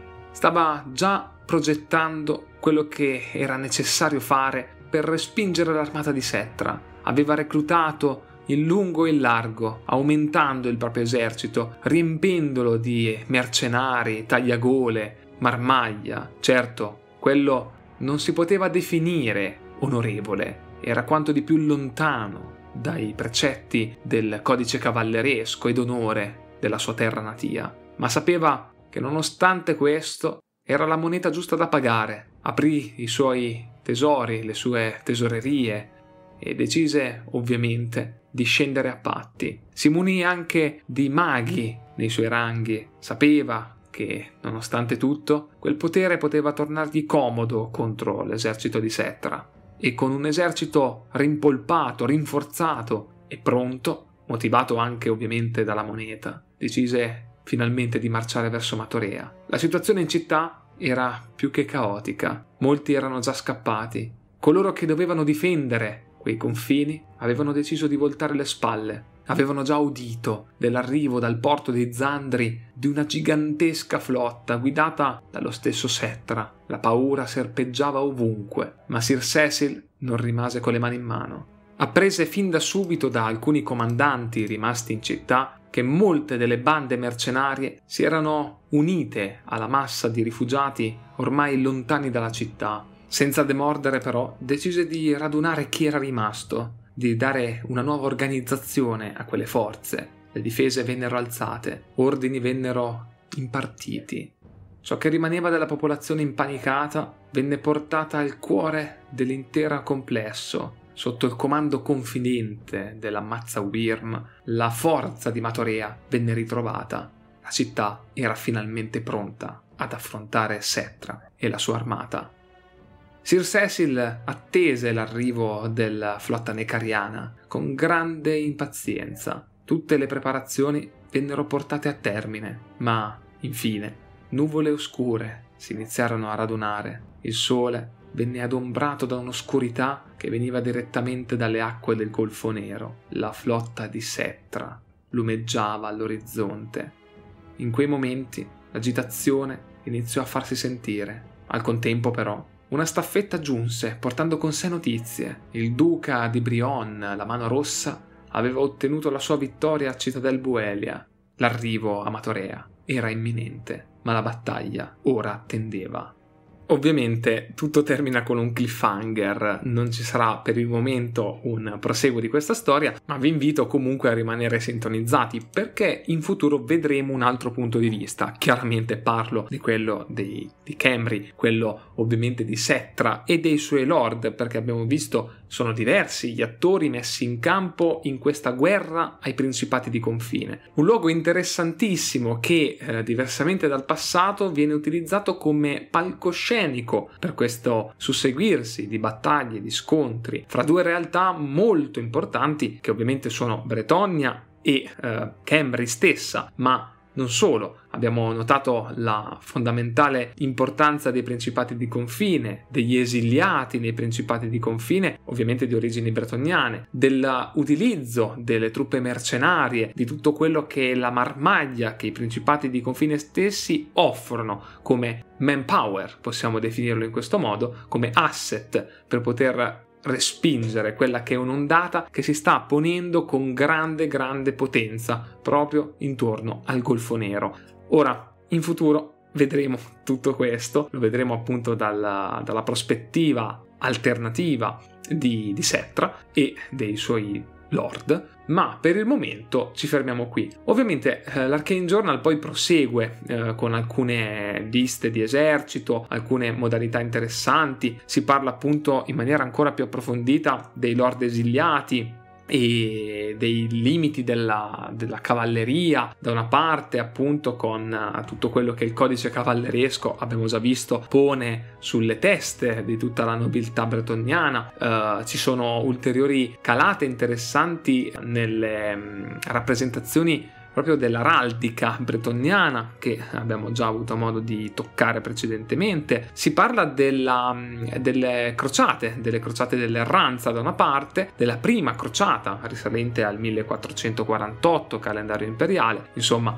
stava già progettando quello che era necessario fare per respingere l'armata di Settra. Aveva reclutato in lungo e in largo, aumentando il proprio esercito, riempendolo di mercenari, tagliagole, marmaglia. Certo, quello non si poteva definire onorevole, era quanto di più lontano dai precetti del codice cavalleresco ed onore della sua terra natia, ma sapeva che nonostante questo era la moneta giusta da pagare. Aprì i suoi tesori, le sue tesorerie e decise ovviamente di scendere a patti. Si munì anche di maghi nei suoi ranghi, sapeva che, nonostante tutto, quel potere poteva tornargli comodo contro l'esercito di Settra, e con un esercito rimpolpato, rinforzato e pronto, motivato anche ovviamente dalla moneta, decise finalmente di marciare verso Matorea. La situazione in città era più che caotica, molti erano già scappati, coloro che dovevano difendere quei confini avevano deciso di voltare le spalle. Avevano già udito dell'arrivo dal porto di Zandri di una gigantesca flotta guidata dallo stesso Settra. La paura serpeggiava ovunque, ma Sir Cecil non rimase con le mani in mano. Apprese fin da subito da alcuni comandanti rimasti in città che molte delle bande mercenarie si erano unite alla massa di rifugiati ormai lontani dalla città. Senza demordere però, decise di radunare chi era rimasto, di dare una nuova organizzazione a quelle forze. Le difese vennero alzate, ordini vennero impartiti. Ciò che rimaneva della popolazione impanicata venne portata al cuore dell'intero complesso. Sotto il comando confidente dell'ammazza Wyrm, la forza di Matorea venne ritrovata. La città era finalmente pronta ad affrontare Settra e la sua armata. Sir Cecil attese l'arrivo della flotta necariana con grande impazienza. Tutte le preparazioni vennero portate a termine, ma, infine, nuvole oscure si iniziarono a radunare. Il sole venne adombrato da un'oscurità che veniva direttamente dalle acque del Golfo Nero. La flotta di Settra lumeggiava all'orizzonte. In quei momenti l'agitazione iniziò a farsi sentire. Al contempo, però, una staffetta giunse portando con sé notizie. Il duca di Brion, la Mano Rossa, aveva ottenuto la sua vittoria a Citadel Buelia. L'arrivo a Matorea era imminente, ma la battaglia ora tendeva. Ovviamente tutto termina con un cliffhanger, non ci sarà per il momento un proseguo di questa storia, ma vi invito comunque a rimanere sintonizzati perché in futuro vedremo un altro punto di vista. Chiaramente parlo di quello dei, di Khemri, quello ovviamente di Settra e dei suoi lord, perché abbiamo visto sono diversi gli attori messi in campo in questa guerra ai principati di confine. Un luogo interessantissimo che, eh, diversamente dal passato, viene utilizzato come palcoscenico per questo susseguirsi di battaglie, di scontri fra due realtà molto importanti che ovviamente sono Bretonnia e eh, Khemri stessa, ma non solo. Abbiamo notato la fondamentale importanza dei principati di confine, degli esiliati nei principati di confine, ovviamente di origini bretoniane, dell'utilizzo delle truppe mercenarie, di tutto quello che è la marmaglia che i principati di confine stessi offrono come manpower, possiamo definirlo in questo modo, come asset per poter respingere quella che è un'ondata che si sta ponendo con grande grande potenza proprio intorno al Golfo Nero. Ora, in futuro vedremo tutto questo, lo vedremo appunto dalla, dalla prospettiva alternativa di, di Settra e dei suoi lord, ma per il momento ci fermiamo qui. Ovviamente eh, l'Arcane Journal poi prosegue eh, con alcune liste di esercito, alcune modalità interessanti, si parla appunto in maniera ancora più approfondita dei lord esiliati e dei limiti della, della cavalleria da una parte, appunto con uh, tutto quello che il codice cavalleresco, abbiamo già visto, pone sulle teste di tutta la nobiltà bretoniana. Uh, ci sono ulteriori calate interessanti nelle um, rappresentazioni proprio dell'araldica bretoniana che abbiamo già avuto modo di toccare precedentemente. Si parla della, delle crociate, delle crociate dell'erranza da una parte, della prima crociata risalente al millequattrocentoquarantotto calendario imperiale, insomma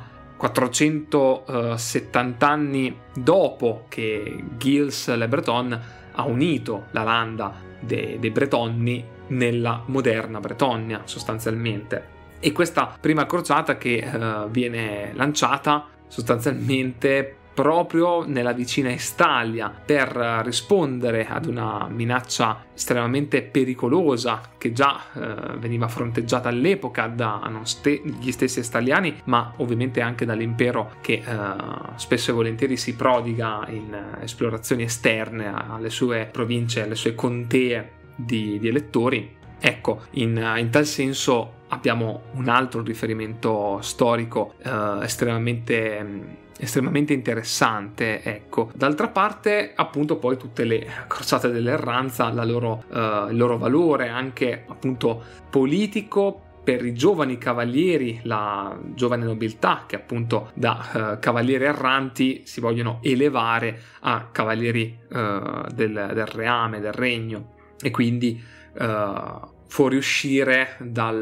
quattrocentosettanta anni dopo che Gilles Le Breton ha unito la landa dei, dei Bretonni nella moderna Bretogna sostanzialmente. E questa prima crociata che uh, viene lanciata sostanzialmente proprio nella vicina Estalia per uh, rispondere ad una minaccia estremamente pericolosa che già uh, veniva fronteggiata all'epoca dagli ste- stessi estaliani, ma ovviamente anche dall'impero che uh, spesso e volentieri si prodiga in uh, esplorazioni esterne alle sue province, alle sue contee di, di elettori. Ecco, in, in tal senso abbiamo un altro riferimento storico eh, estremamente, estremamente interessante. Ecco, d'altra parte, appunto, poi tutte le crociate dell'erranza, la loro, eh, il loro valore anche appunto politico per i giovani cavalieri, la giovane nobiltà che appunto da eh, cavalieri erranti si vogliono elevare a cavalieri eh, del, del reame, del regno, e quindi Uh, fuoriuscire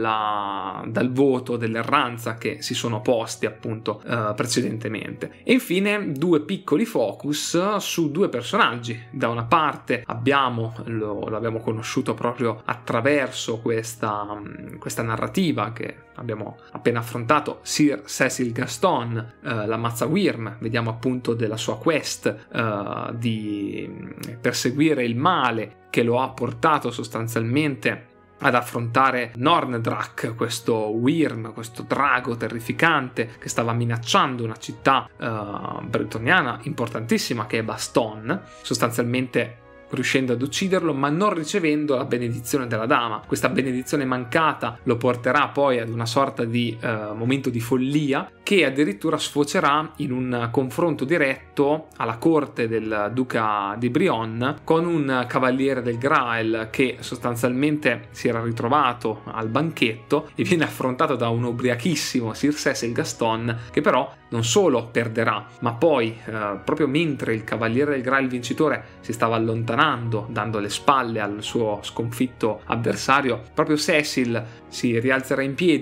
dalla, dal voto dell'erranza che si sono posti appunto uh, precedentemente. E infine due piccoli focus su due personaggi. Da una parte abbiamo, lo, l'abbiamo conosciuto proprio attraverso questa, questa narrativa che abbiamo appena affrontato, Sir Cecil Gaston, uh, l'Ammazza Wyrm. Vediamo appunto della sua quest uh, di perseguire il male che lo ha portato sostanzialmente ad affrontare Norndrak, questo Wyrm, questo drago terrificante che stava minacciando una città uh, bretoniana importantissima che è Baston, sostanzialmente riuscendo ad ucciderlo ma non ricevendo la benedizione della dama. Questa benedizione mancata lo porterà poi ad una sorta di uh, momento di follia che addirittura sfocerà in un confronto diretto alla corte del duca di Brion con un cavaliere del Graal che sostanzialmente si era ritrovato al banchetto e viene affrontato da un ubriachissimo Sir Cecil Gaston, che però non solo perderà, ma poi eh, proprio mentre il cavaliere del Graal vincitore si stava allontanando dando le spalle al suo sconfitto avversario, proprio Cecil si rialzerà in piedi,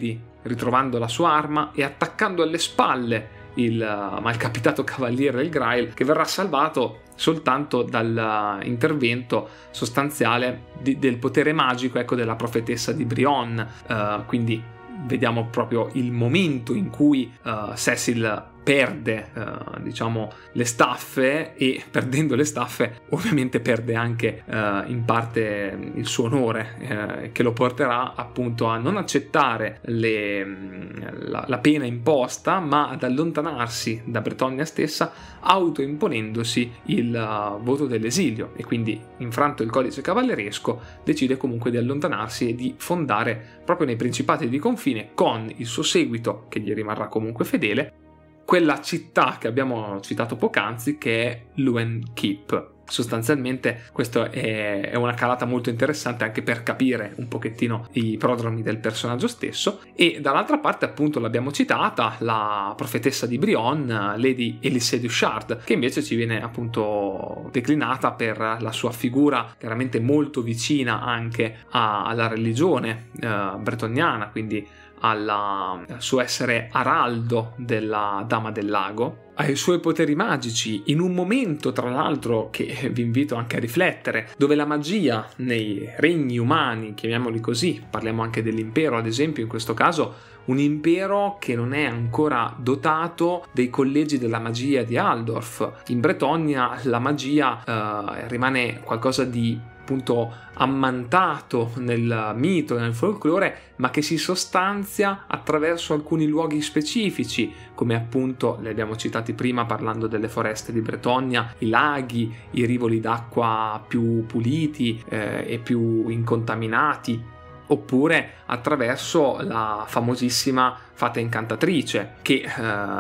ritrovando la sua arma e attaccando alle spalle il uh, malcapitato cavaliere del Grail, che verrà salvato soltanto dall'intervento sostanziale di, del potere magico, ecco, della profetessa di Brion. Uh, quindi vediamo proprio il momento in cui uh, Cecil perde uh, diciamo le staffe, e perdendo le staffe ovviamente perde anche uh, in parte il suo onore, uh, che lo porterà appunto a non accettare le, la, la pena imposta, ma ad allontanarsi da Bretonnia stessa, autoimponendosi il uh, voto dell'esilio, e quindi, infranto il codice cavalleresco, decide comunque di allontanarsi e di fondare proprio nei principati di confine, con il suo seguito che gli rimarrà comunque fedele, quella città che abbiamo citato poc'anzi, che è Luen Keep. Sostanzialmente questo è, è una calata molto interessante anche per capire un pochettino i prodromi del personaggio stesso. E dall'altra parte, appunto, l'abbiamo citata, la profetessa di Brion, Lady Elysée Duchard, che invece ci viene appunto declinata per la sua figura chiaramente molto vicina anche a, alla religione eh, bretoniana, quindi alla, al suo essere araldo della Dama del Lago, ai suoi poteri magici, in un momento tra l'altro che vi invito anche a riflettere, dove la magia nei regni umani, chiamiamoli così, parliamo anche dell'impero ad esempio in questo caso, un impero che non è ancora dotato dei collegi della magia di Aldorf. In Bretonnia la magia eh, rimane qualcosa di appunto ammantato nel mito, nel folklore, ma che si sostanzia attraverso alcuni luoghi specifici, come appunto li abbiamo citati prima parlando delle foreste di Bretonnia, i laghi, i rivoli d'acqua più puliti eh, e più incontaminati, oppure attraverso la famosissima fata incantatrice che eh,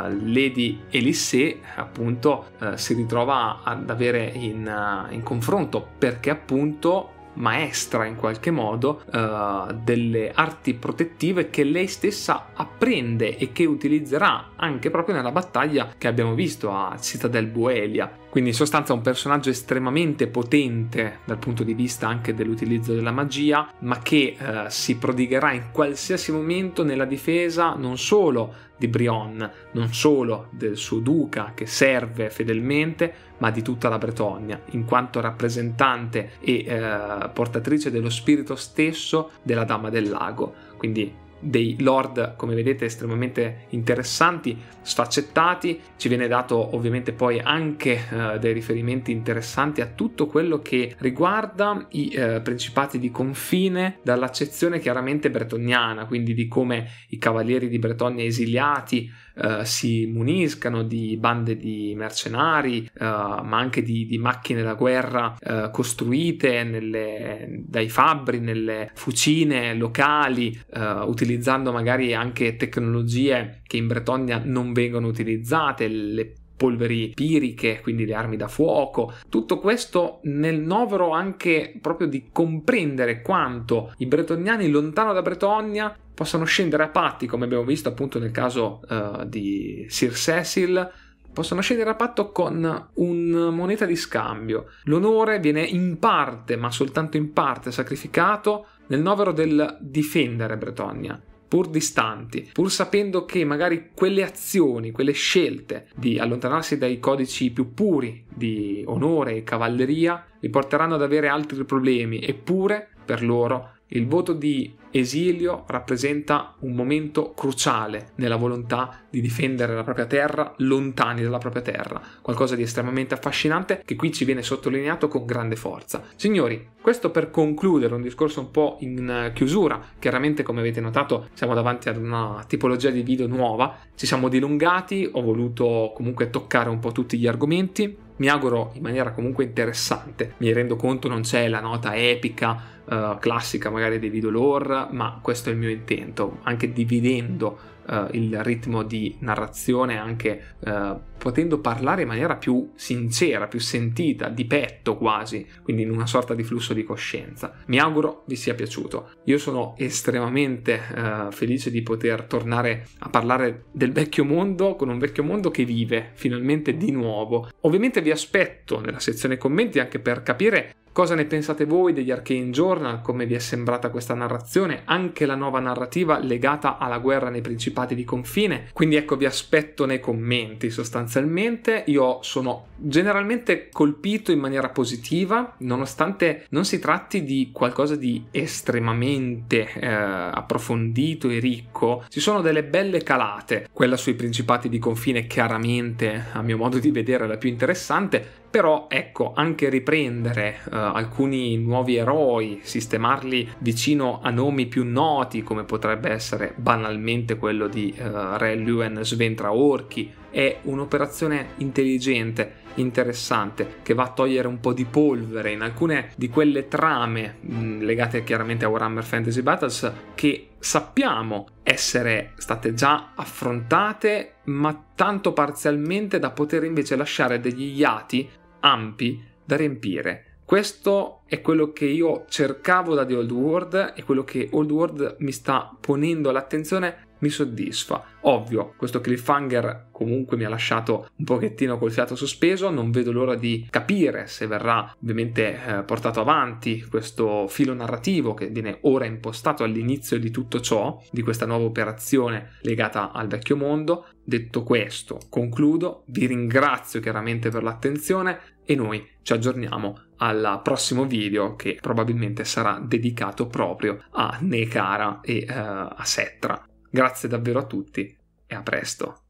Lady Elysée appunto eh, si ritrova ad avere in, uh, in confronto, perché appunto maestra in qualche modo uh, delle arti protettive che lei stessa apprende e che utilizzerà anche proprio nella battaglia che abbiamo visto a Citadel Buelia. Quindi in sostanza un personaggio estremamente potente dal punto di vista anche dell'utilizzo della magia, ma che uh, si prodigherà in qualsiasi momento nella difesa non solo di Brion, non solo del suo duca che serve fedelmente, ma di tutta la Bretonnia, in quanto rappresentante e eh, portatrice dello spirito stesso della Dama del Lago. Quindi dei lord, come vedete, estremamente interessanti, sfaccettati. Ci viene dato ovviamente poi anche eh, dei riferimenti interessanti a tutto quello che riguarda i eh, principati di confine, dall'accezione chiaramente bretoniana, quindi di come i cavalieri di Bretonnia esiliati Uh, si muniscano di bande di mercenari, uh, ma anche di, di macchine da guerra uh, costruite nelle, dai fabbri, nelle fucine locali, uh, utilizzando magari anche tecnologie che in Bretonnia non vengono utilizzate, le polveri piriche, quindi le armi da fuoco. Tutto questo nel novero anche proprio di comprendere quanto i bretoniani lontano da Bretonnia possano scendere a patti, come abbiamo visto appunto nel caso uh, di Sir Cecil, possono scendere a patto con una moneta di scambio. L'onore viene in parte, ma soltanto in parte, sacrificato nel novero del difendere Bretonnia, pur distanti, pur sapendo che magari quelle azioni, quelle scelte di allontanarsi dai codici più puri di onore e cavalleria li porteranno ad avere altri problemi, eppure per loro il voto di esilio rappresenta un momento cruciale nella volontà di difendere la propria terra lontani dalla propria terra, qualcosa di estremamente affascinante che qui ci viene sottolineato con grande forza. Signori, questo per concludere un discorso un po' in chiusura. Chiaramente, come avete notato, siamo davanti ad una tipologia di video nuova, ci siamo dilungati, ho voluto comunque toccare un po' tutti gli argomenti, mi auguro in maniera comunque interessante. Mi rendo conto non c'è la nota epica Uh, classica magari dei video lore, ma questo è il mio intento, anche dividendo uh, il ritmo di narrazione, anche uh, potendo parlare in maniera più sincera, più sentita, di petto quasi, quindi in una sorta di flusso di coscienza. Mi auguro vi sia piaciuto. Io sono estremamente uh, felice di poter tornare a parlare del vecchio mondo, con un vecchio mondo che vive finalmente di nuovo. Ovviamente vi aspetto nella sezione commenti anche per capire Cosa ne pensate voi degli Arcane Journal? Come vi è sembrata questa narrazione? Anche la nuova narrativa legata alla guerra nei principati di confine? Quindi ecco, vi aspetto nei commenti sostanzialmente. Io sono generalmente colpito in maniera positiva, nonostante non si tratti di qualcosa di estremamente eh, approfondito e ricco. Ci sono delle belle calate. Quella sui principati di confine chiaramente, a mio modo di vedere, è la più interessante. Però ecco, anche riprendere uh, alcuni nuovi eroi, sistemarli vicino a nomi più noti, come potrebbe essere banalmente quello di uh, Re Luen Sventra Orchi, è un'operazione intelligente, interessante, che va a togliere un po' di polvere in alcune di quelle trame mh, legate chiaramente a Warhammer Fantasy Battles che sappiamo essere state già affrontate, ma tanto parzialmente da poter invece lasciare degli iati ampi da riempire. Questo è quello che io cercavo da The Old World e quello che Old World mi sta ponendo all'attenzione mi soddisfa. Ovvio, questo cliffhanger comunque mi ha lasciato un pochettino col fiato sospeso, non vedo l'ora di capire se verrà ovviamente eh, portato avanti questo filo narrativo che viene ora impostato all'inizio di tutto ciò, di questa nuova operazione legata al vecchio mondo. Detto questo, concludo, vi ringrazio chiaramente per l'attenzione e noi ci aggiorniamo al prossimo video che probabilmente sarà dedicato proprio a Nekara e uh, a Settra. Grazie davvero a tutti e a presto.